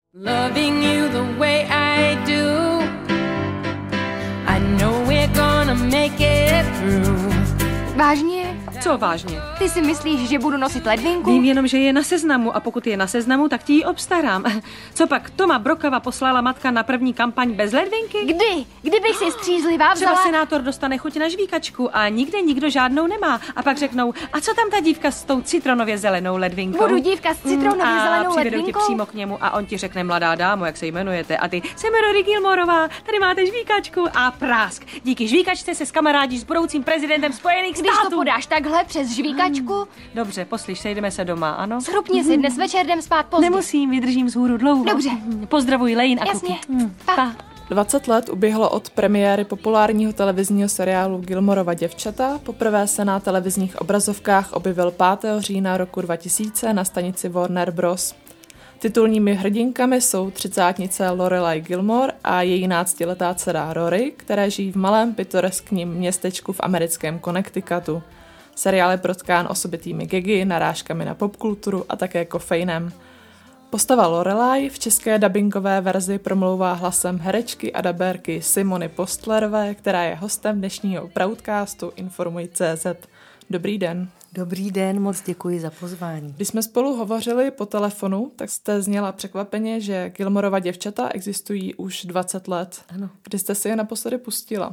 Loving you the way I do, I know we're gonna make it through. Vážně? Co vážně? Ty si myslíš, že budu nosit ledvinku? Vím jenom, že je na seznamu a pokud je na seznamu, tak ti ji obstarám. Co pak Toma Brokava poslala matka na první kampaň bez ledvinky? Kdy? Kdybych si střízlivá vzala? Třeba senátor dostane chuť na žvíkačku a nikde nikdo žádnou nemá. A pak řeknou, a co tam ta dívka s tou citronově zelenou ledvinkou? Budu dívka s citronově zelenou přivedou ledvinkou? tě přímo k němu a on ti řekne, mladá dámo, jak se jmenujete? A ty, jsem Rory Gilmorová, tady máte žvíkačku a prásk. Díky žvíkačce se skamarádíš s budoucím prezidentem Spojených států. Když to podáš takhle přes žvíkačku? Dobře, poslyš, sejdeme se doma, ano? Zhrubně si, dnes večer jdem spát pozdě. Nemusím, vydržím vzhůru dlouho. Dobře. Pozdravuj Lane a Jasně. Kuky. Pa. 20 let uběhlo od premiéry populárního televizního seriálu Gilmorova děvčata. Poprvé se na televizních obrazovkách objevil 5. října roku 2000 na stanici Warner Bros. Titulními hrdinkami jsou třicátnice Lorelai Gilmore a její náctiletá dcera Rory, které žijí v malém pitoreskním městečku v americkém Connecticutu. Seriál je protkán osobitými gagy, narážkami na popkulturu a také kofeinem. Postava Lorelai v české dabingové verzi promlouvá hlasem herečky a dabérky Simony Postlerové, která je hostem dnešního Proudcastu Informuj.cz. Dobrý den. Dobrý den, moc děkuji za pozvání. Když jsme spolu hovořili po telefonu, tak jste zněla překvapeně, že Gilmorova děvčata existují už 20 let. Ano. Kdy jste si je naposledy pustila?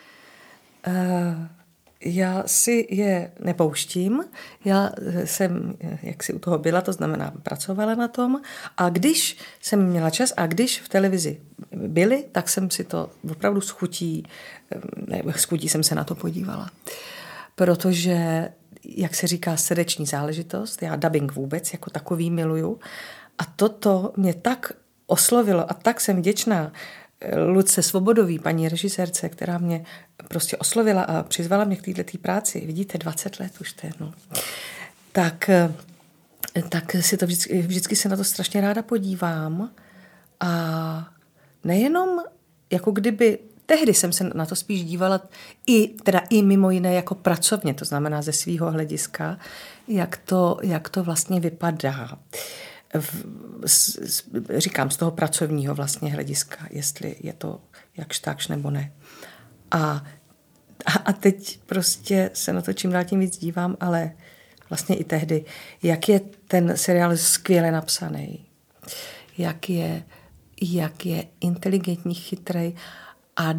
Já si je nepouštím. Já jsem, jak si u toho byla, to znamená pracovala na tom. A když jsem měla čas a když v televizi byli, tak jsem si to opravdu s chutí jsem se na to podívala. Protože, jak se říká, srdeční záležitost, já dabing vůbec jako takový miluju. A toto mě tak oslovilo a tak jsem vděčná Lucce Svobodový, paní režisérce, která mě prostě oslovila a přizvala mě k této práci. Vidíte, 20 let už to je, no. Tak si to vždycky se na to strašně ráda podívám. A nejenom jako kdyby tehdy jsem se na to spíš dívala i mimo jiné jako pracovně, to znamená ze svýho hlediska, jak to vlastně vypadá. Říkám z toho pracovního vlastně hlediska, jestli je to jakž takž nebo ne. A teď prostě se na to čím dál tím víc dívám, ale vlastně i tehdy, jak je ten seriál skvěle napsaný, jak je inteligentní, chytrej a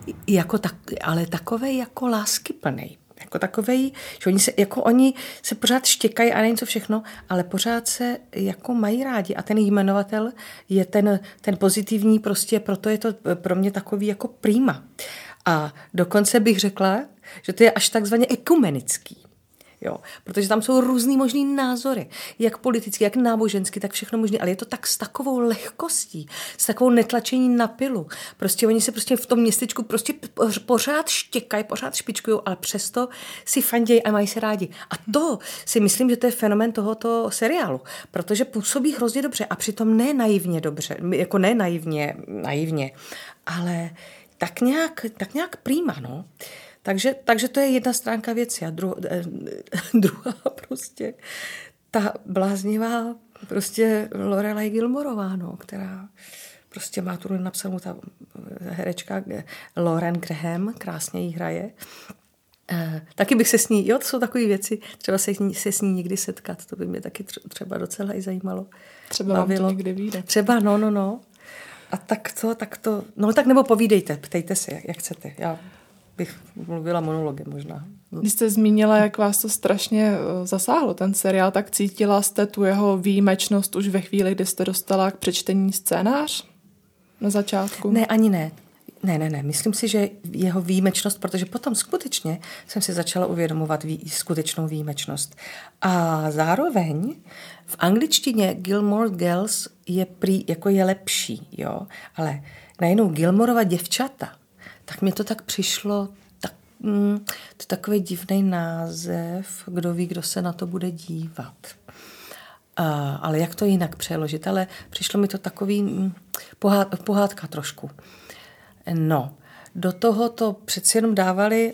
ale takovej jako láskyplnej. Jako takovej, že oni se pořád štěkají a nevím co všechno, ale pořád se jako mají rádi. A ten jmenovatel je ten pozitivní, prostě proto je to pro mě takový jako prima. A dokonce bych řekla, že to je až takzvaně ekumenický. Jo, protože tam jsou různý možný názory, jak politicky, jak nábožensky, tak všechno možné, ale je to tak s takovou lehkostí, s takovou netlačení na pilu. Prostě oni se prostě v tom městečku prostě pořád štěkají, pořád špičkují, ale přesto si fandějí a mají se rádi. A to si myslím, že to je fenomén tohoto seriálu, protože působí hrozně dobře a přitom ne naivně dobře, jako ne naivně, ale tak nějak prima, no. Takže to je jedna stránka věci a druhá prostě ta bláznivá prostě Lorelai Gilmorová, no, která prostě má tu roli napsanou ta herečka Lauren Graham, krásně jí hraje. Taky bych se s ní, to jsou takové věci, třeba se s ní někdy setkat, to by mě taky třeba docela i zajímalo. Třeba vám to někdy vyjde. Třeba, no. A tak to, no tak nebo povídejte, ptejte se, jak chcete, já bych mluvila monologem možná. Když jste zmínila, jak vás to strašně zasáhlo, ten seriál, tak cítila jste tu jeho výjimečnost už ve chvíli, kdy jste dostala k přečtení scénář na začátku? Ne, ani ne. Ne. Myslím si, že jeho výjimečnost, protože potom skutečně jsem si začala uvědomovat skutečnou výjimečnost. A zároveň v angličtině Gilmore Girls je lepší, jo, ale najednou Gilmorova děvčata, tak mi to tak přišlo, to takový divný název, kdo ví, kdo se na to bude dívat. Ale jak to jinak přeložit, ale přišlo mi to takový pohádka trošku. No, do toho to přeci jenom dávali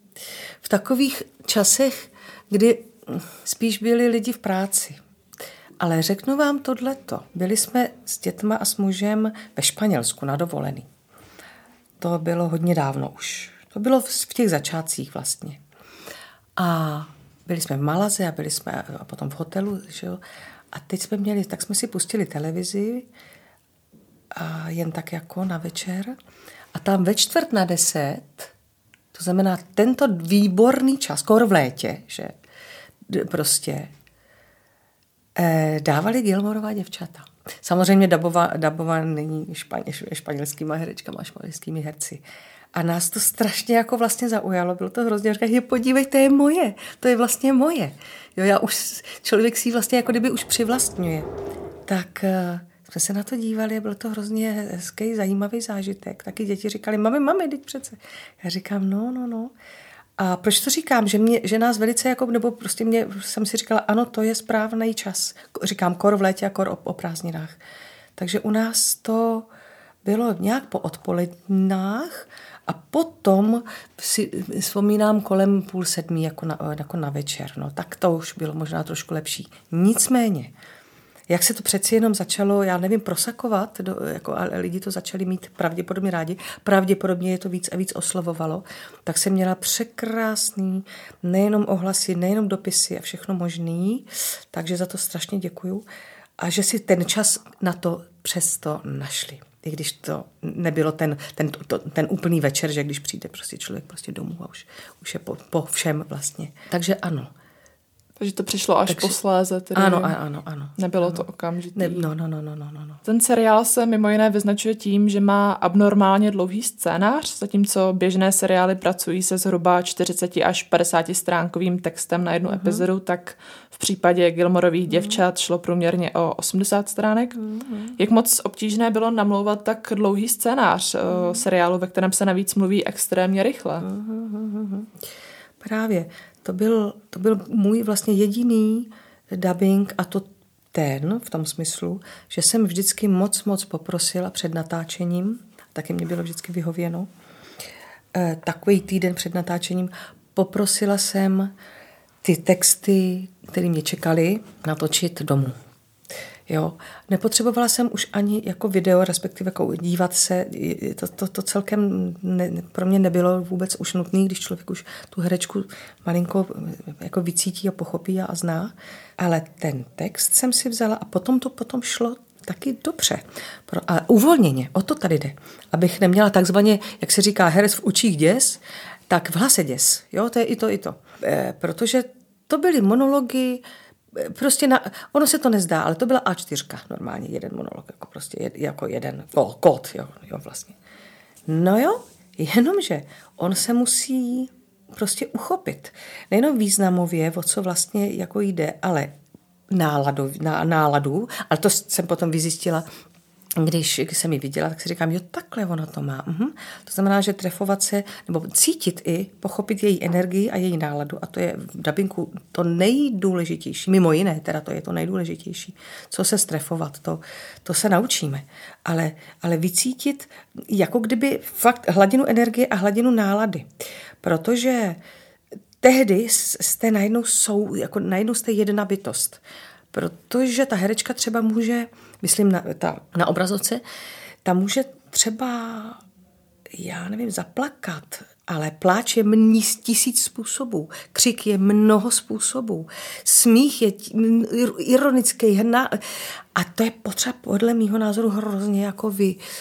v takových časech, kdy spíš byli lidi v práci. Ale řeknu vám tohleto. Byli jsme s dětma a s mužem ve Španělsku na dovolený. To bylo hodně dávno už. To bylo v těch začátcích vlastně. A byli jsme v Malaze a byli jsme a potom v hotelu, že jo. A teď jsme si pustili televizi a jen tak jako na večer. A tam ve 9:45, to znamená tento výborný čas, skoro v létě, že prostě dávali Gilmorová děvčata. Samozřejmě dabová není španělskýma herečkama a španělskými herci. A nás to strašně jako vlastně zaujalo. Bylo to hrozně, říkali, podívej, to je moje. To je vlastně moje. Jo, člověk si vlastně jako kdyby už přivlastňuje. Tak jsme se na to dívali a byl to hrozně hezký, zajímavý zážitek. Taky děti říkali, mami, teď přece. Já říkám, no. A proč to říkám? Že nás velice, jako, nebo prostě jsem si říkala, ano, to je správný čas. Říkám, kor v létě a kor o prázdninách. Takže u nás to bylo nějak po odpolednách a potom si vzpomínám kolem 6:30 jako na večer. No, tak to už bylo možná trošku lepší. Nicméně, jak se to přeci jenom začalo, já nevím, prosakovat, a lidi to začali mít pravděpodobně rádi, pravděpodobně je to víc a víc oslovovalo, tak jsem měla překrásný nejenom ohlasy, nejenom dopisy a všechno možný, takže za to strašně děkuju. A že si ten čas na to přesto našli. I když to nebylo ten úplný večer, že když přijde prostě člověk prostě domů a už je po všem vlastně. Takže ano. Takže to přišlo až posléze. Tedy Ano. Nebylo to okamžitý. No. Ten seriál se mimo jiné vyznačuje tím, že má abnormálně dlouhý scénář, zatímco běžné seriály pracují se zhruba 40 až 50 stránkovým textem na jednu epizodu, tak v případě Gilmorových děvčat šlo průměrně o 80 stránek. Jak moc obtížné bylo namlouvat tak dlouhý scénář seriálu, ve kterém se navíc mluví extrémně rychle? Právě. To byl můj vlastně jediný dabing a to v tom smyslu, že jsem vždycky moc poprosila před natáčením, taky mě bylo vždycky vyhověno, takový týden před natáčením, poprosila jsem ty texty, které mě čekaly, natočit domů. Jo. Nepotřebovala jsem už ani jako video, respektive jako dívat se, to celkem pro mě nebylo vůbec už nutný, když člověk už tu herečku malinko jako vycítí a pochopí a zná, ale ten text jsem si vzala a potom šlo taky dobře. A uvolněně, o to tady jde. Abych neměla takzvaně, jak se říká, herec v očích děs, tak v hlase děs. Jo, to je i to. Protože to byly monology, prostě ono se to nezdá, ale to byla A4 normálně, jeden monolog, jako prostě jako jeden kód, jo, vlastně. No jo, jenomže on se musí prostě uchopit. Nejenom významově, o co vlastně jako jde, ale náladu, ale to jsem potom vyzjistila, když jsem ji viděla, tak si říkám, jo, takhle ono to má. To znamená, že trefovat se, nebo cítit i, pochopit její energii a její náladu. A to je v dabingu to nejdůležitější. Mimo jiné, teda to je to nejdůležitější. Co se strefovat, to se naučíme. Ale vycítit jako kdyby fakt hladinu energie a hladinu nálady. Protože tehdy jste najednou jste jedna bytost. Protože ta herečka třeba může, myslím na obrazovce, ta může třeba, já nevím, zaplakat, ale pláč je 1000 způsobů, křik je mnoho způsobů, smích je ironický, a to je potřeba podle mýho názoru hrozně jako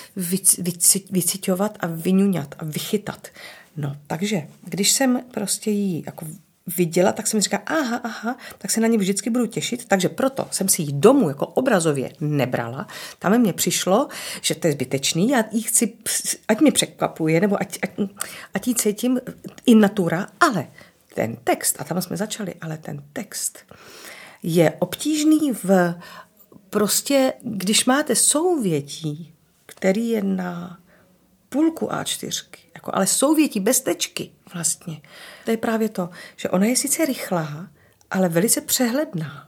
vyciťovat a vyňuňat a vychytat. No, takže když jsem prostě jí jako viděla, tak jsem si říkala, aha, tak se na ně vždycky budu těšit, takže proto jsem si ji domů jako obrazově nebrala. Tam mě přišlo, že to je zbytečný, já jí chci, ať mě překvapuje, nebo ať jí cítím in natura, ale ten text, a tam jsme začali, ale ten text je obtížný prostě, když máte souvětí, který je na půlku A4, ale souvětí bez tečky vlastně. To je právě to, že ona je sice rychlá, ale velice přehledná.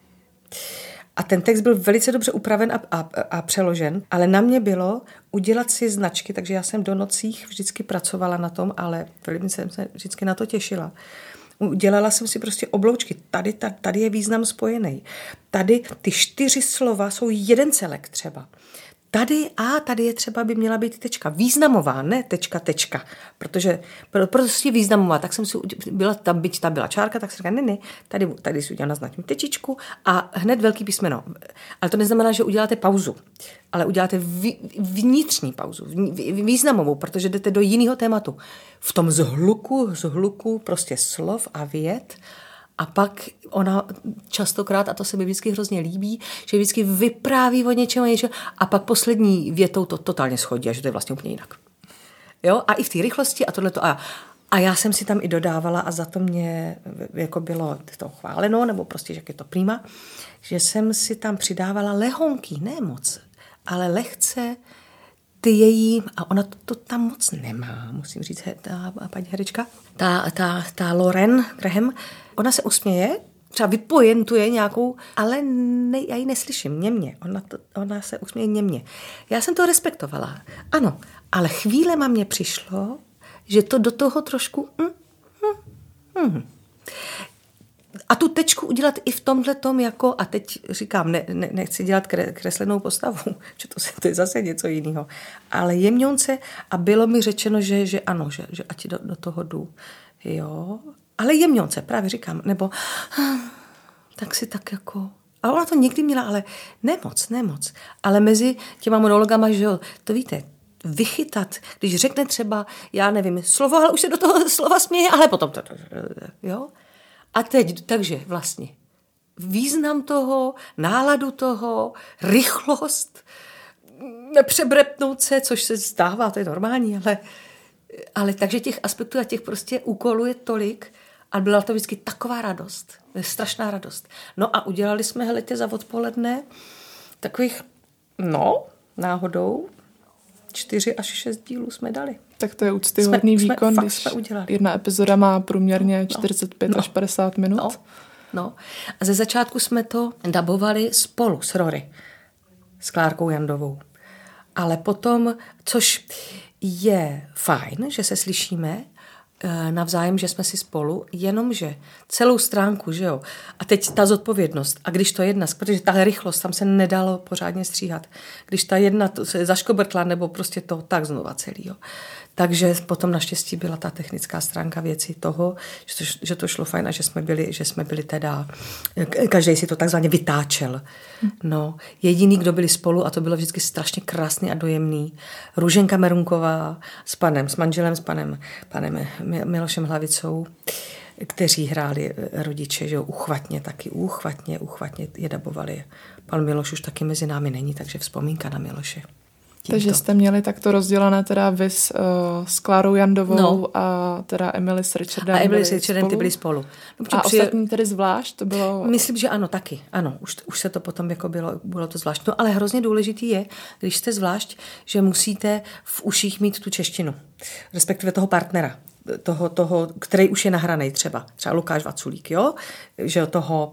A ten text byl velice dobře upraven a přeložen, ale na mě bylo udělat si značky, takže já jsem do nocích vždycky pracovala na tom, ale velmi jsem se vždycky na to těšila. Dělala jsem si prostě obloučky. Tady je význam spojený. Tady ty 4 slova jsou jeden celek třeba. Tady je třeba, by měla být tečka. Významová, ne tečka. Protože prostě významová. Tak jsem si, byla tam, byť ta byla čárka, tak jsem říkala, ne, tady si udělám naznačím tečičku a hned velký písmeno. Ale to neznamená, že uděláte pauzu, ale uděláte vnitřní pauzu, významovou, protože jdete do jiného tématu. V tom zhluku prostě slov a vět. A pak ona častokrát, a to se mi vždycky hrozně líbí, že vždycky vypráví o něčem a pak poslední větou to totálně schodí a že to je vlastně úplně jinak. Jo? A i v té rychlosti a tohleto. A já jsem si tam i dodávala a za to mě jako bylo to chváleno, nebo prostě, že je to prima, že jsem si tam přidávala lehonky, ne moc, ale lehce ty její, a ona to tam moc nemá, musím říct, ta paní herečka, ta Lauren Graham, ona se usměje, třeba vypojentuje nějakou, ale já ji neslyším, němě. Ona se usměje němě. Já jsem to respektovala, ano, ale chvílema mně přišlo, že to do toho trošku a tu tečku udělat i v tomhletom jako, a teď říkám, nechci dělat kreslenou postavu, že to je zase něco jiného, ale jemňonce a bylo mi řečeno, že ano, že ať do toho jdu. Jo, ale jemňonce, právě říkám, nebo tak si tak jako, a ona to někdy měla, ale nemoc, ale mezi těma monologama, že jo, to víte, vychytat, když řekne třeba, já nevím, slovo, ale už se do toho slova směje, ale potom to, jo. A teď, takže vlastně význam toho, náladu toho, rychlost, nepřebrepnout se, což se stává, to je normální, ale takže těch aspektů a těch prostě úkolů je tolik a byla to vždycky taková radost, strašná radost. No a udělali jsme letě za odpoledne takových, náhodou 4 až 6 dílů jsme dali. Tak to je úctyhodný výkon, když jedna epizoda má průměrně 45 až 50 minut. No. A ze začátku jsme to dabovali spolu s Rory, s Klárkou Jandovou. Ale potom, což je fajn, že se slyšíme navzájem, že jsme si spolu, jenomže celou stránku, že jo, a teď ta zodpovědnost, a když to jedna, protože ta rychlost, tam se nedalo pořádně stříhat, když ta jedna to se zaškobrtla, nebo prostě to tak znova celý, jo. Takže potom naštěstí byla ta technická stránka věci toho, že to šlo fajn a že jsme byli teda, každý si to takzvaně vytáčel. No, jediný, kdo byli spolu, a to bylo vždycky strašně krásný a dojemný, Růženka Merunková s manželem, s panem Milošem Hlavicou, kteří hráli rodiče, že jo, úchvatně je dabovali. Pan Miloš už taky mezi námi není, takže vzpomínka na Miloše. Takže jste měli takto rozdělené teda vy s Klárou Jandovou a teda Emily s Richardem. A Emily s Richardem ty byli spolu. No, a ostatní tedy zvlášť? To bylo... Myslím, že ano, taky. Ano, už se to potom jako bylo to zvlášť. No ale hrozně důležitý je, když jste zvlášť, že musíte v uších mít tu češtinu. Respektive toho partnera. Toho, který už je nahranej třeba Lukáš Vaculík, jo? Že toho...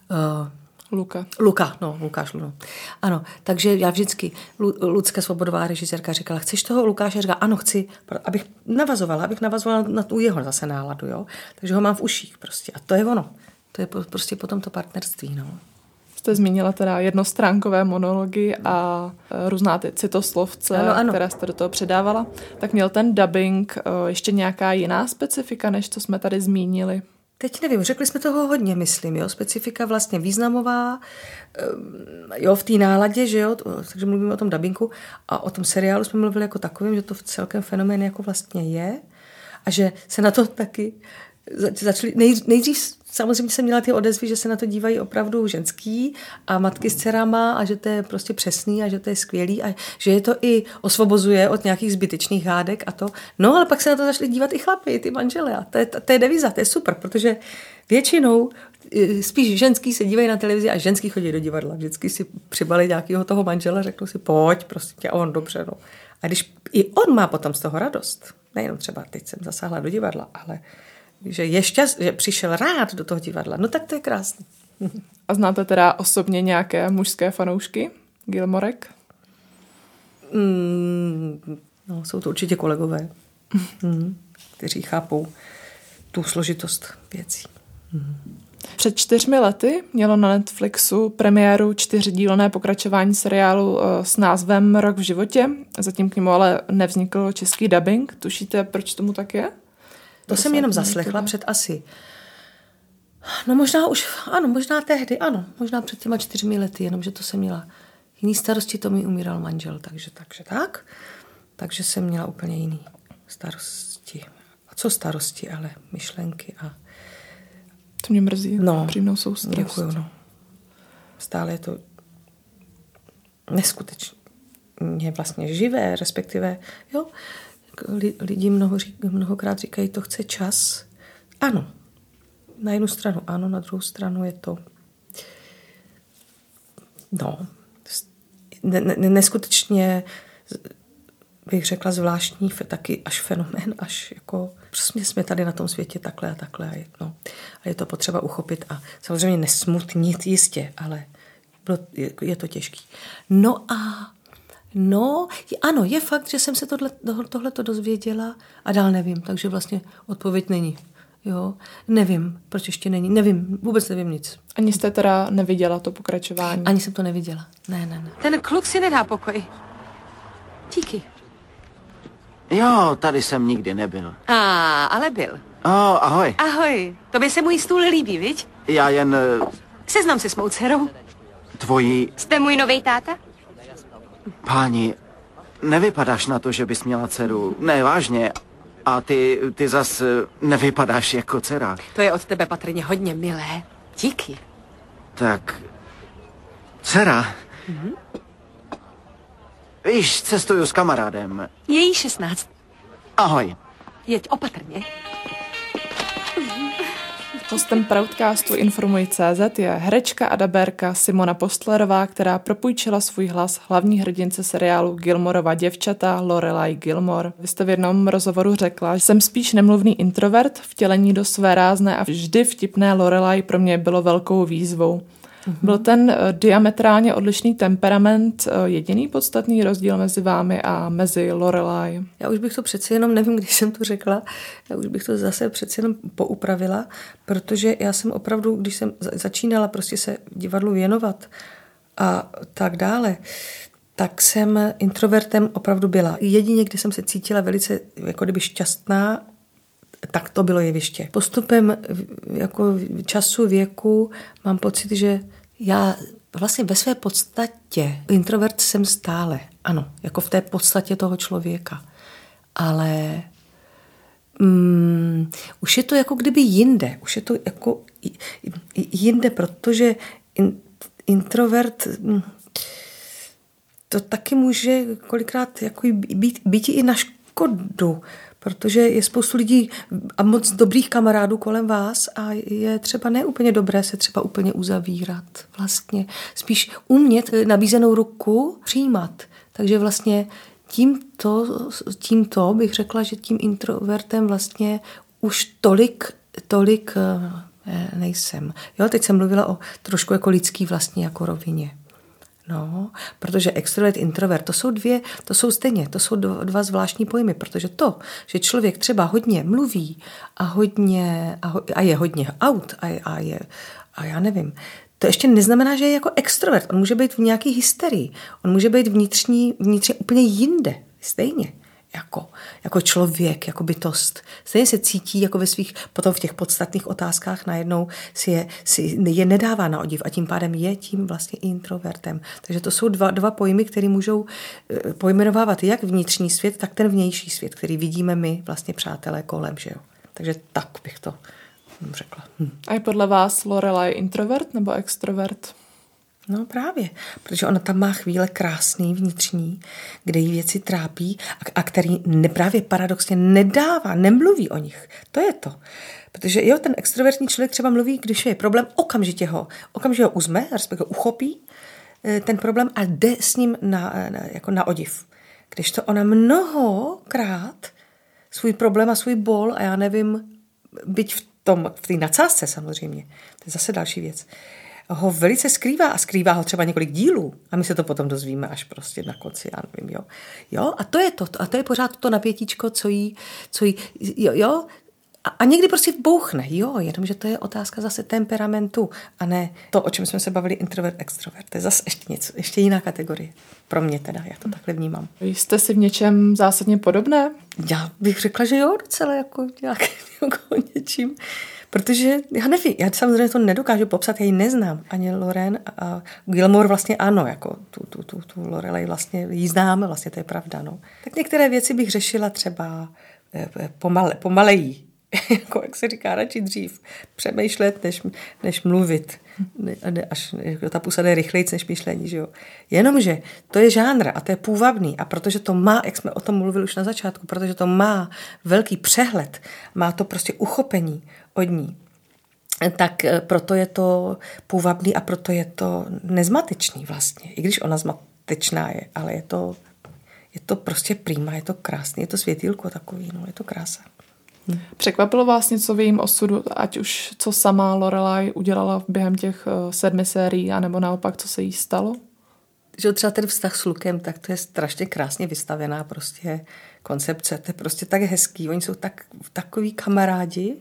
Lukáš. Ano, takže já vždycky, Lucka Svobodová, režisérka, říkala, chceš toho Lukáše? Říkala, ano, chci, abych navazovala na tu jeho zase náladu, jo? Takže ho mám v uších prostě. A to je ono. To je prostě potom to partnerství, no. Jste zmínila teda jednostránkové monology a různá ty citoslovce, ano. Které jste do toho předávala. Tak měl ten dubbing ještě nějaká jiná specifika, než co jsme tady zmínili? Teď nevím, řekli jsme toho hodně, myslím, jo, specifika vlastně významová, jo, v té náladě, že jo, takže mluvíme o tom dabinku a o tom seriálu jsme mluvili jako takovým, že to celkem fenomén jako vlastně je a že se na to taky začali, nejdřív samozřejmě jsem měla ty odezvy, že se na to dívají opravdu ženský a matky s dcerama a že to je prostě přesný a že to je skvělý a že je to i osvobozuje od nějakých zbytečných hádek a to. No, ale pak se na to začali dívat i chlapi, ty manželé. A to je devíza, to je super, protože většinou spíš ženský se dívají na televizi a ženský chodí do divadla. Vždycky si přibali nějakého toho manžela, řeknou si pojď, prostě a on dobře, no. A když i on má potom z toho radost, nejenom třeba teď jsem zasáhla do divadla, ale že že přišel rád do toho divadla, no tak to je krásný. A znáte teda osobně nějaké mužské fanoušky Gilmorek? No, jsou to určitě kolegové, kteří chápou tu složitost věcí. Před 4 lety mělo na Netflixu premiéru 4dílné pokračování seriálu s názvem Rok v životě. Zatím k němu ale nevznikl český dubbing. Tušíte, proč tomu tak je? To jsem jenom zaslechla před asi... No možná tehdy, možná před těma 4 lety, jenomže to jsem měla jiný starosti, to mi umíral manžel, takže jsem měla úplně jiný starosti. A co starosti, ale myšlenky a... To mě mrzí, přímnou soustrast. Děkuju, Stále je to neskutečně vlastně živé, respektive, lidi mnohokrát říkají, to chce čas. Ano, na jednu stranu ano, na druhou stranu je to neskutečně, bych řekla, zvláštní, taky až fenomén, až jako prostě jsme tady na tom světě takhle a takhle a je to potřeba uchopit a samozřejmě nesmutnit jistě, ale je to těžký. Ano, je fakt, že jsem se tohleto dozvěděla a dál nevím, takže vlastně odpověď není. Jo, nevím, proč ještě není, nevím, vůbec nevím nic. Ani jste teda neviděla to pokračování? Ani jsem to neviděla, ne. Ten kluk si nedá pokoj. Díky. Jo, tady jsem nikdy nebyl. Ale byl. Ahoj. Ahoj, tobě se můj stůl líbí, viď? Já jen... Seznam se s mou dcerou. Tvojí... Jste můj novej táta? Páni, nevypadáš na to, že bys měla dceru. Ne, vážně. A ty zas nevypadáš jako dcera. To je od tebe patrně hodně milé. Díky. Tak... Dcera? Víš, cestuju s kamarádem. Je jí 16. Ahoj. Jeď opatrně. Hostem Proudcastu Informuj.cz je herečka a dabérka Simona Postlerová, která propůjčila svůj hlas hlavní hrdince seriálu Gilmorova děvčata Lorelai Gilmore. Vy jste v jednom rozhovoru řekla, že jsem spíš nemluvný introvert, vtělení do své rázné a vždy vtipné Lorelai pro mě bylo velkou výzvou. Byl ten diametrálně odlišný temperament jediný podstatný rozdíl mezi vámi a mezi Lorelai? Já už bych to přeci jenom, nevím, když jsem to řekla, já už bych to zase přeci jenom poupravila, protože já jsem opravdu, když jsem začínala prostě se divadlu věnovat a tak dále, tak jsem introvertem opravdu byla. Jedině, kdy jsem se cítila velice jako kdyby šťastná, tak to bylo jeviště. Postupem jako času, věku mám pocit, že já vlastně ve své podstatě introvert jsem stále. Ano, jako v té podstatě toho člověka. Ale už je to jako kdyby jinde. Už je to jako jinde, protože introvert to taky může kolikrát jako být i na škodu, protože je spoustu lidí a moc dobrých kamarádů kolem vás a je třeba neúplně dobré se třeba úplně uzavírat. Vlastně spíš umět nabízenou ruku přijímat. Takže vlastně tímto bych řekla, že tím introvertem vlastně už tolik nejsem. Jo, teď jsem mluvila o trošku jako lidský vlastně jako rovině. No, protože extrovert, introvert, to jsou dva zvláštní pojmy, protože to, že člověk třeba hodně mluví a je hodně out a já nevím, to ještě neznamená, že je jako extrovert. On může být v nějaký hysterii. On může být vnitřně úplně jinde, stejně. Jako člověk, jako bytost. Stejně se cítí jako ve svých, potom v těch podstatných otázkách najednou si je nedává na odiv a tím pádem je tím vlastně introvertem. Takže to jsou dva pojmy, které můžou pojmenovávat jak vnitřní svět, tak ten vnější svět, který vidíme my vlastně přátelé kolem, že jo. Takže tak bych to řekla. A je podle vás Lorelai introvert nebo extrovert? No právě, protože ona tam má chvíle krásný vnitřní, kde jí věci trápí a který právě paradoxně nemluví o nich. To je to. Protože ten extrovertní člověk třeba mluví, když je problém, okamžitě ho uzme, respektive uchopí ten problém a jde s ním na odiv. Když to ona mnohokrát svůj problém a svůj bol a já nevím, byť v té nadsázce samozřejmě, to je zase další věc, ho velice skrývá a skrývá ho třeba několik dílů a my se to potom dozvíme až prostě na konci, já nevím, jo. A to je pořád to napětíčko, co jí A někdy prostě bouchne, jo, jenomže to je otázka zase temperamentu a ne to, o čem jsme se bavili, introvert, extrovert. To je zase ještě jiná kategorie. Pro mě teda, já to takhle vnímám. Jste si v něčem zásadně podobné? Já bych řekla, že jo, docela jako něčím. Protože já nevím, já samozřejmě to nedokážu popsat, já ji neznám. Ani Loren a Gilmore vlastně ano, jako tu Lorelei vlastně ji známe, vlastně to je pravda, no. Tak některé věci bych řešila třeba pomaleji. Jako, jak se říká, radši dřív přemýšlet, než mluvit. Až ta pusa jde rychlejc než myšlení, že jo. Jenomže to je žánr a to je půvabný a protože to má, jak jsme o tom mluvili už na začátku, protože to má velký přehled, má to prostě uchopení od ní, tak proto je to půvabný a proto je to nezmatečný vlastně. I když ona zmatečná je, ale je to prostě prima, je to krásný, je to světýlko takový, no, je to krása. Překvapilo vás něco v jejím osudu, ať už co sama Lorelai udělala během těch 7 sérií, anebo naopak, co se jí stalo? Že třeba ten vztah s Lukem, tak to je strašně krásně vystavená prostě koncepce, to je prostě tak hezký, oni jsou takový kamarádi,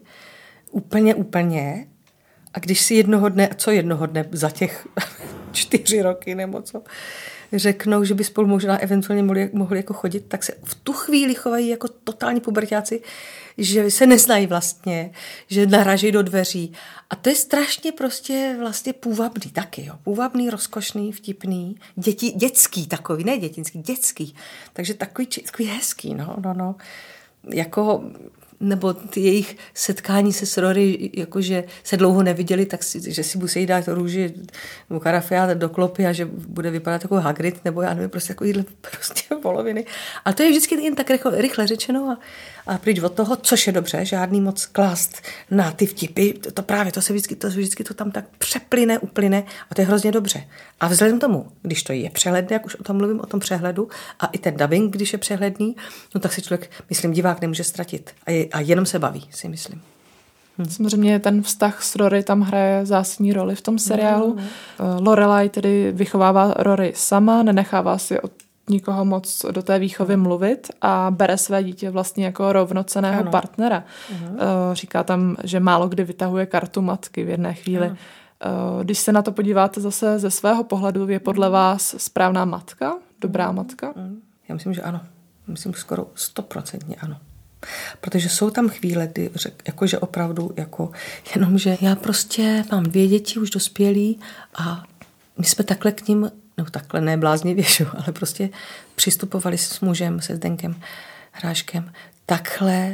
úplně a když si jednoho dne za těch 4 roky nebo co, řeknou, že by spolu možná eventuálně mohli jako chodit, tak se v tu chvíli chovají jako totální puberťáci, že se neznají vlastně, že narážejí do dveří. A to je strašně prostě vlastně půvabný taky, jo. Půvabný, rozkošný, vtipný, dětský takový, ne dětinský, dětský. Takže takový hezký, no. Jako nebo ty jejich setkání se s Rory, jakože se dlouho neviděli, tak že si musí dát růži nebo karafia do klopy a že bude vypadat jako Hagrid, nebo já nevím, prostě takovýhle prostě poloviny. A to je vždycky jen tak rychle řečeno a pryč od toho, což je dobře, žádný moc klást na ty vtipy, to se vždycky to tam tak uplyne a to je hrozně dobře. A vzhledem tomu, když to je přehledné, jak už o tom mluvím, o tom přehledu a i ten dubbing, když je přehledný, no tak si člověk, myslím, divák nemůže ztratit a jenom se baví, si myslím. Samozřejmě ten vztah s Rory tam hraje zásadní roli v tom seriálu. Lorelai tedy vychovává Rory sama, nenechává si od nikoho moc do té výchovy mluvit a bere své dítě vlastně jako rovnocenného partnera. Říká tam, že málo kdy vytahuje kartu matky v jedné chvíli. Když se na to podíváte zase ze svého pohledu, je podle vás správná matka? Dobrá matka? Já myslím, že ano. Myslím skoro 100% ano. Protože jsou tam chvíle, kdy jakože opravdu, jenomže já prostě mám 2 děti už dospělí a my jsme takhle k ním, no takhle ne bláznivě, ale prostě přistupovali s mužem, se Zdenkem Hráškem, takhle,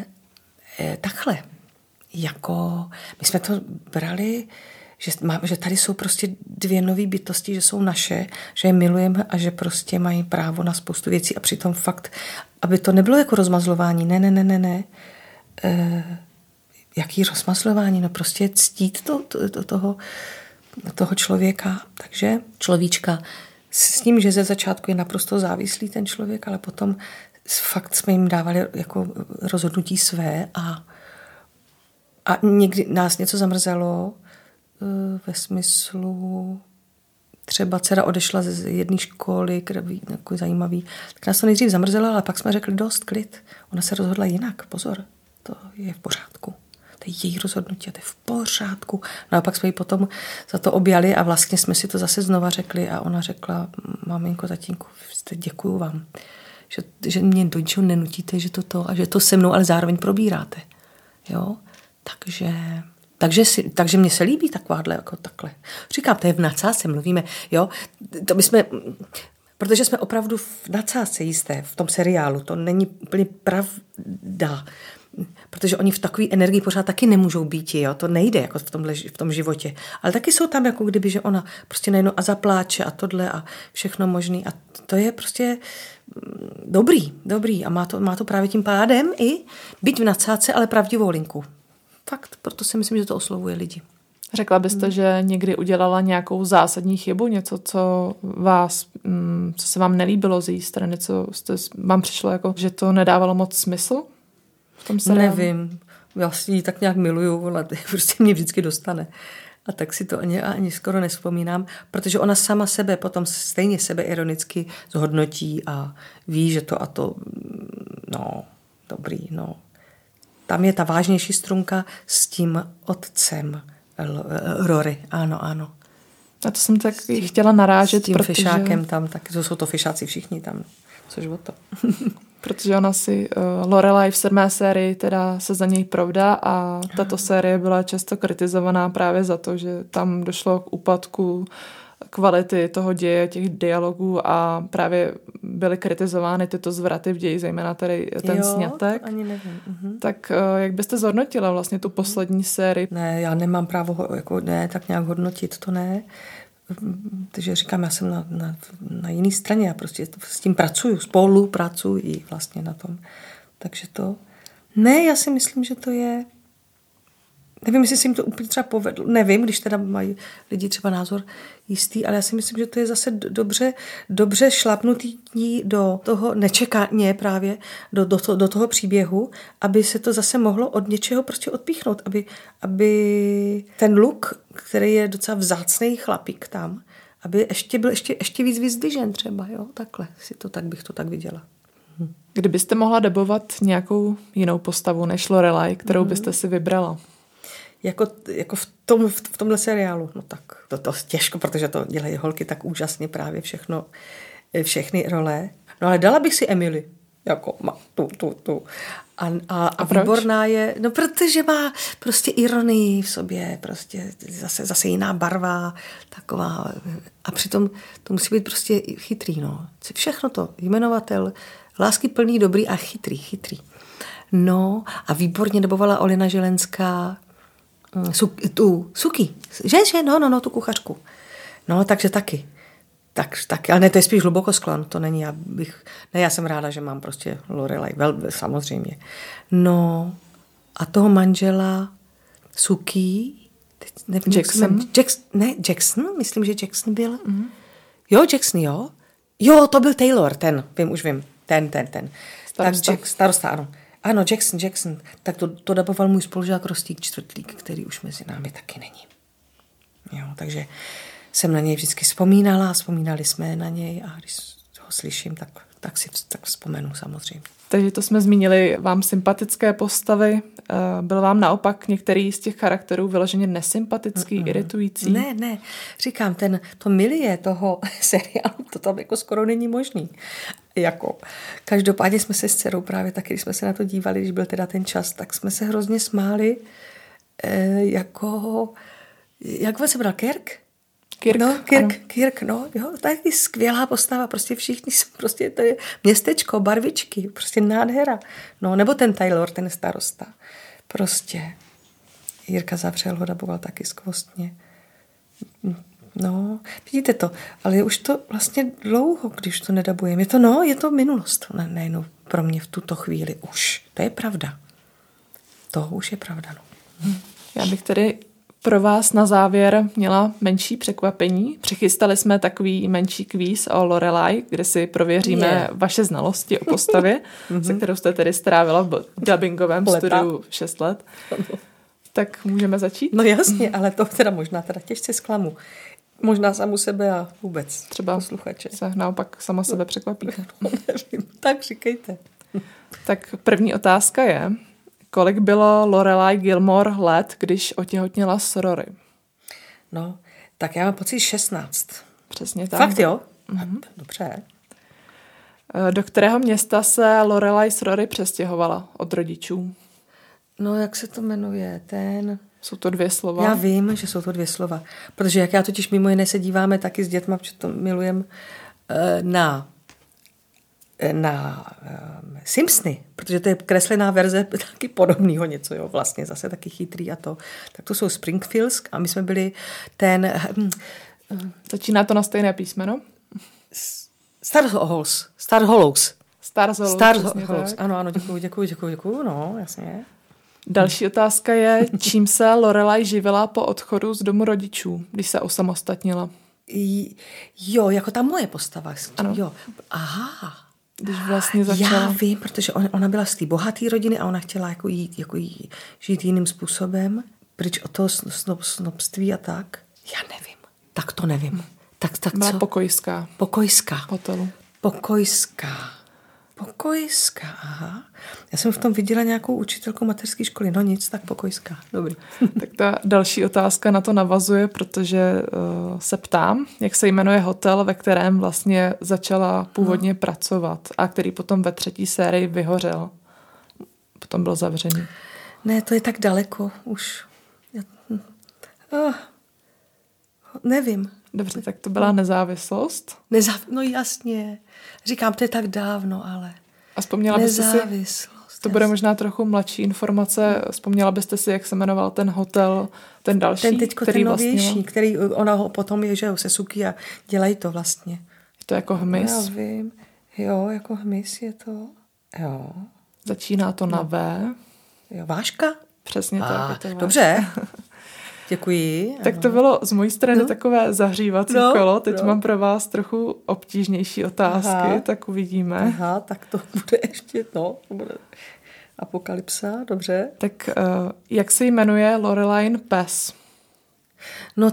jako my jsme to brali, že tady jsou prostě 2 nové bytosti, že jsou naše, že je milujeme a že prostě mají právo na spoustu věcí a přitom fakt, aby to nebylo jako rozmazlování, ne. Jaký rozmazlování? No prostě ctít toho člověka, takže človíčka s tím, že ze začátku je naprosto závislý ten člověk, ale potom fakt jsme jim dávali jako rozhodnutí své a někdy nás něco zamrzelo, ve smyslu třeba dcera odešla z jedné školy, takový zajímavý, tak nás to nejdřív zamrzelo, ale pak jsme řekli dost, klid. Ona se rozhodla jinak, pozor, to je v pořádku. To je její rozhodnutí, to je v pořádku. No a pak jsme ji potom za to objali a vlastně jsme si to zase znova řekli a ona řekla, maminko, tatínku, děkuju vám, že mě do ničeho nenutíte, že to a že to se mnou, ale zároveň probíráte. Jo? Takže mně se líbí takováhle, jako takhle. Říkám, to je v nadsázce, mluvíme, jo. To my jsme, protože jsme opravdu v nadsázce jisté, v tom seriálu, to není úplně pravda, protože oni v takové energii pořád taky nemůžou být, jo, to nejde jako v tom životě. Ale taky jsou tam jako kdyby, že ona prostě najednou a zapláče a tohle a všechno možný a to je prostě dobrý a má to právě tím pádem i být v nadsázce, ale pravdivou linku. Fakt, proto si myslím, že to oslovuje lidi. Řekla byste, že někdy udělala nějakou zásadní chybu, něco, co se vám nelíbilo z její strany, co vám přišlo jako, že to nedávalo moc smysl v tom seriálu? Nevím, já si ji tak nějak miluju, ale prostě mě vždycky dostane. A tak si to ani skoro nevzpomínám, protože ona sama sebe potom stejně ironicky zhodnotí a ví, že to a to, no, dobrý, no. tam je ta vážnější strunka s tím otcem Rory. Ano. A to jsem tak chtěla narážet, s tím protože... fišákem tam, tak to jsou to fišáci všichni tam, což o to. Protože ona si Lorelai v 7. sérii teda se za něj provdá a tato série byla často kritizovaná právě za to, že tam došlo k úpadku kvality toho děje, těch dialogů a právě byly kritizovány tyto zvraty v ději, zejména tady ten sňatek. Ani nevím. Tak jak byste zhodnotila vlastně tu poslední sérii? Ne, já nemám právo tak nějak hodnotit, to ne. Takže říkám, já jsem na jiné straně, já prostě s tím spolupracuji vlastně na tom. Takže to... Ne, já si myslím, že to je... Nevím, jestli se jim to úplně třeba povedlo. Nevím, když teda mají lidi třeba názor jistý, ale já si myslím, že to je zase dobře šlapnutý do toho nečekaně právě, do toho příběhu, aby se to zase mohlo od něčeho prostě odpíchnout, aby ten Luke, který je docela vzácnej chlapík tam, aby byl ještě víc vyzdvižen třeba, jo, takhle bych to tak viděla. Kdybyste mohla dabovat nějakou jinou postavu než Lorelai, kterou byste si vybrala? Jako v tomhle seriálu, no tak to těžko, protože to dělají holky tak úžasně právě všechny role. No ale dala bych si Emily, jako tu. A výborná je, no protože má prostě ironii v sobě, prostě zase jiná barva, taková. A přitom to musí být prostě chytrý, no. Všechno to, jmenovatel, láskyplný, dobrý a chytrý. No a výborně dabovala Olena Želenská, Suki, že? No, tu kuchařku. No, takže taky, ale ne, to je spíš hlubokosklon, to není, já jsem ráda, že mám prostě Lorelai, samozřejmě. No, a toho manžela Suki, nevím, Jackson, myslím, že Jackson byl. Mm-hmm. Jo, Jackson, jo. Jo, to byl Taylor, už vím, ten. Starosta, ano. Ano, Jackson. Tak to daboval můj spolužák Rostík Čtvrtlík, který už mezi námi taky není. Jo, takže jsem na něj vždycky vzpomínali jsme na něj a když ho slyším, tak vzpomenu samozřejmě. Takže to jsme zmínili vám sympatické postavy. Byl vám naopak některý z těch charakterů vyloženě nesympatický, iritující? Ne. Říkám, to milie toho seriálu, to tam jako skoro není možný. Každopádně jsme se s dcerou právě taky, když jsme se na to dívali, když byl teda ten čas, tak jsme se hrozně smáli, jak se bral Kirk, jo, taky skvělá postava, prostě všichni, prostě to je městečko, barvičky, prostě nádhera. No, nebo ten Taylor, ten starosta. Prostě Jirka Zavřel ho daboval taky skvostně. No, vidíte to, ale je už to vlastně dlouho, když to nedabujeme. Je to minulost. Ne, pro mě v tuto chvíli už. To je pravda. To už je pravda, no. Já bych tedy pro vás na závěr měla menší překvapení. Přichystali jsme takový menší kvíz o Lorelai, kde si prověříme vaše znalosti o postavě, se kterou jste tedy strávila v dubbingovém studiu 6 let. Tak můžeme začít? No jasně, ale to možná těžce zklamu. Možná samu sebe a vůbec třeba posluchače. Se naopak sama sebe překvapí. No, nevím. Tak říkejte. Tak první otázka je, kolik bylo Lorelai Gilmore let, když otěhotněla s Rory? No, tak já mám pocit 16. Přesně tak. Fakt jo? Dobře. Do kterého města se Lorelai s Rory přestěhovala od rodičů? No, jak se to jmenuje? Jsou to 2 slova? Já vím, že jsou to 2 slova. Protože jak já totiž mimo jiné se díváme taky s dětma, protože to milujem, na Simpsony, protože to je kreslená verze taky podobného něco, jo, vlastně zase taky chytrý a to. Tak to jsou Springfields a my jsme byli Začíná to na stejné písmeno? Stars Hollows. Ano, děkuju, no, jasně. Další otázka je, čím se Lorelai živila po odchodu z domu rodičů, když se osamostatnila? Jo, jako ta moje postava. Ano. Jo. Aha. Když vlastně začala. Já vím, protože ona byla z té bohaté rodiny a ona chtěla žít jiným způsobem, pryč od toho snobství a tak. Já nevím. Tak to nevím. Tak byla co? pokojská. Pokojská. Hotelu. Pokojská. Pokojská, aha. Já jsem v tom viděla nějakou učitelku mateřské školy. No nic, tak Pokojská. Dobrý. Tak ta další otázka na to navazuje, protože se ptám, jak se jmenuje hotel, ve kterém vlastně začala původně pracovat a který potom ve 3. sérii vyhořel. Potom byl zavřený. Ne, to je tak daleko už. Nevím. Dobře, tak to byla Nezávislost. No jasně. Říkám, to je tak dávno, ale... A vzpomněla byste si... Nezávislost. To bude možná trochu mladší informace. Vzpomněla byste si, jak se jmenoval ten hotel, ten další, ten teďko, který ten novější, vlastnila? který ona ho potom je, že se suky a dělají to vlastně. Je to jako hmyz? Já vím. Jo, jako hmyz je to. Jo. Začíná to na V. Jo, Váška? Přesně tak. Je to Váška. Dobře. Děkuji. Tak to bylo z mojí strany takové zahřívací kolo. Teď mám pro vás trochu obtížnější otázky, tak uvidíme. Aha, tak to bude ještě, to bude apokalypsa, dobře. Tak jak se jmenuje Lorelai pes? No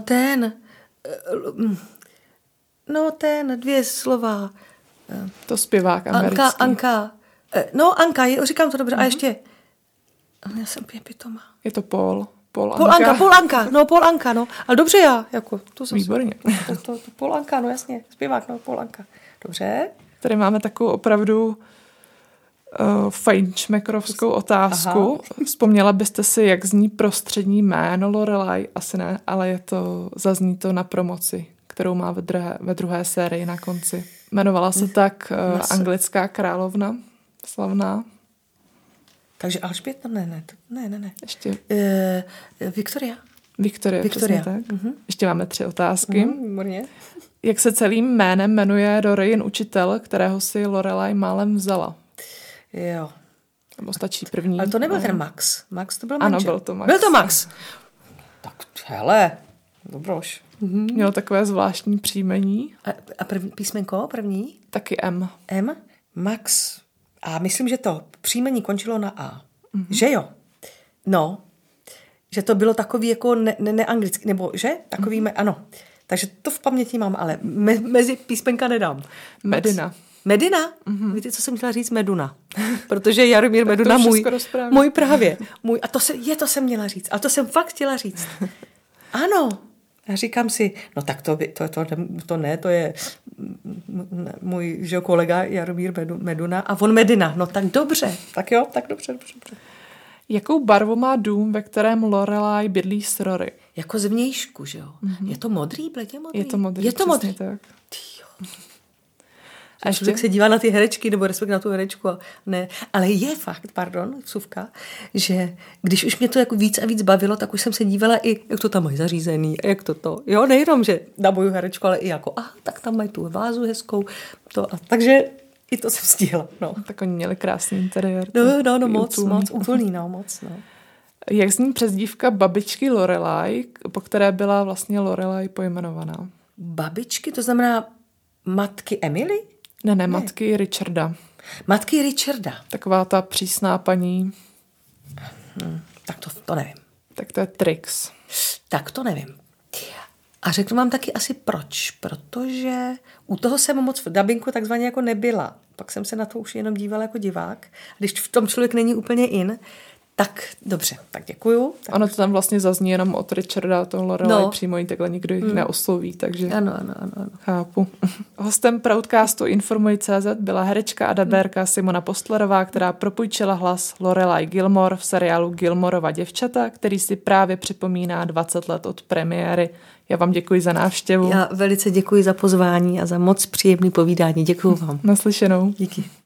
ten, 2 slova. To zpěvák americký. Anka. No, Anka, říkám to dobře. A ještě, já jsem pitomá. Je to Paul Anka. No. Ale dobře já, jako, to zase. Výborně. To Paul Anka, no jasně, zpěvák, no, Paul Anka. Dobře. Tady máme takovou opravdu fajnšmekrovskou otázku. Aha. Vzpomněla byste si, jak zní prostřední jméno Lorelai? Asi ne, ale zazní to na promoci, kterou má ve druhé sérii na konci. Jmenovala se tak anglická královna, slavná. Takže Alžběta? Ne. Ještě. Viktoria, přesně tak. Uh-huh. Ještě máme 3 otázky. Výborně. Jak se celým jménem jmenuje Dorian učitel, kterého si Lorelai málem vzala? Jo. Nebo stačí první? Ale to nebyl ten Max. Max to byl manžel. Ano, byl to Max. Byl to Max. Tak hele, dobroš. Měl takové zvláštní příjmení. A písmenko první? Taky M. M? Max. A myslím, že to příjmení končilo na A. Mm-hmm. Že jo? No. Že to bylo takový jako neanglický, nebo že? Takový, ano. Takže to v paměti mám, ale mezi písmenka nedám. Medina. Medina? Mm-hmm. Víte, co jsem chtěla říct? Meduna. Protože Jaromír Meduna můj právě. A to jsem měla říct. A to jsem fakt chtěla říct. Ano. A říkám si, no tak to ne, to je můj kolega Jaromír Meduna a on Medina. No tak dobře. Tak jo, tak dobře. Jakou barvu má dům, ve kterém Lorelai bydlí s Rory? Jako zvnějšku, že jo? Mm-hmm. Je to modrý, bledě modrý? Je to modrý. Tak. A člověk se dívá na ty herečky, nebo respektive na tu herečku. Ne. Ale je fakt, vsuvka, že když už mě to jako víc a víc bavilo, tak už jsem se dívala i, jak to tam mají zařízený, jak to. Jo, nejenom, že na moju herečku, ale i jako, tak tam mají tu vázu hezkou. Takže i to jsem stihla. No. Tak oni měli krásný interiér. No, moc úplný, moc. Jak zní přezdívka babičky Lorelai, po které byla vlastně Lorelai pojmenovaná? Babičky, to znamená matky Emily? Ne, matky Richarda. Matky Richarda. Taková ta přísná paní. Tak to nevím. Tak to je Trix. Tak to nevím. A řeknu vám taky asi proč. Protože u toho jsem moc v dabinku takzvaně jako nebyla. Pak jsem se na to už jenom dívala jako divák. Když v tom člověk není úplně in, tak dobře, tak děkuju. Tak ono to tam vlastně zazní jenom od Richarda, toho Lorelai přímo jí takhle nikdo neosloví, takže ano. Chápu. Hostem Proudcastu Informuj.cz byla herečka a dabérka Simona Postlerová, která propůjčila hlas Lorelai Gilmore v seriálu Gilmorova děvčata, který si právě připomíná 20 let od premiéry. Já vám děkuji za návštěvu. Já velice děkuji za pozvání a za moc příjemný povídání. Děkuju vám. Naslyšenou. Díky.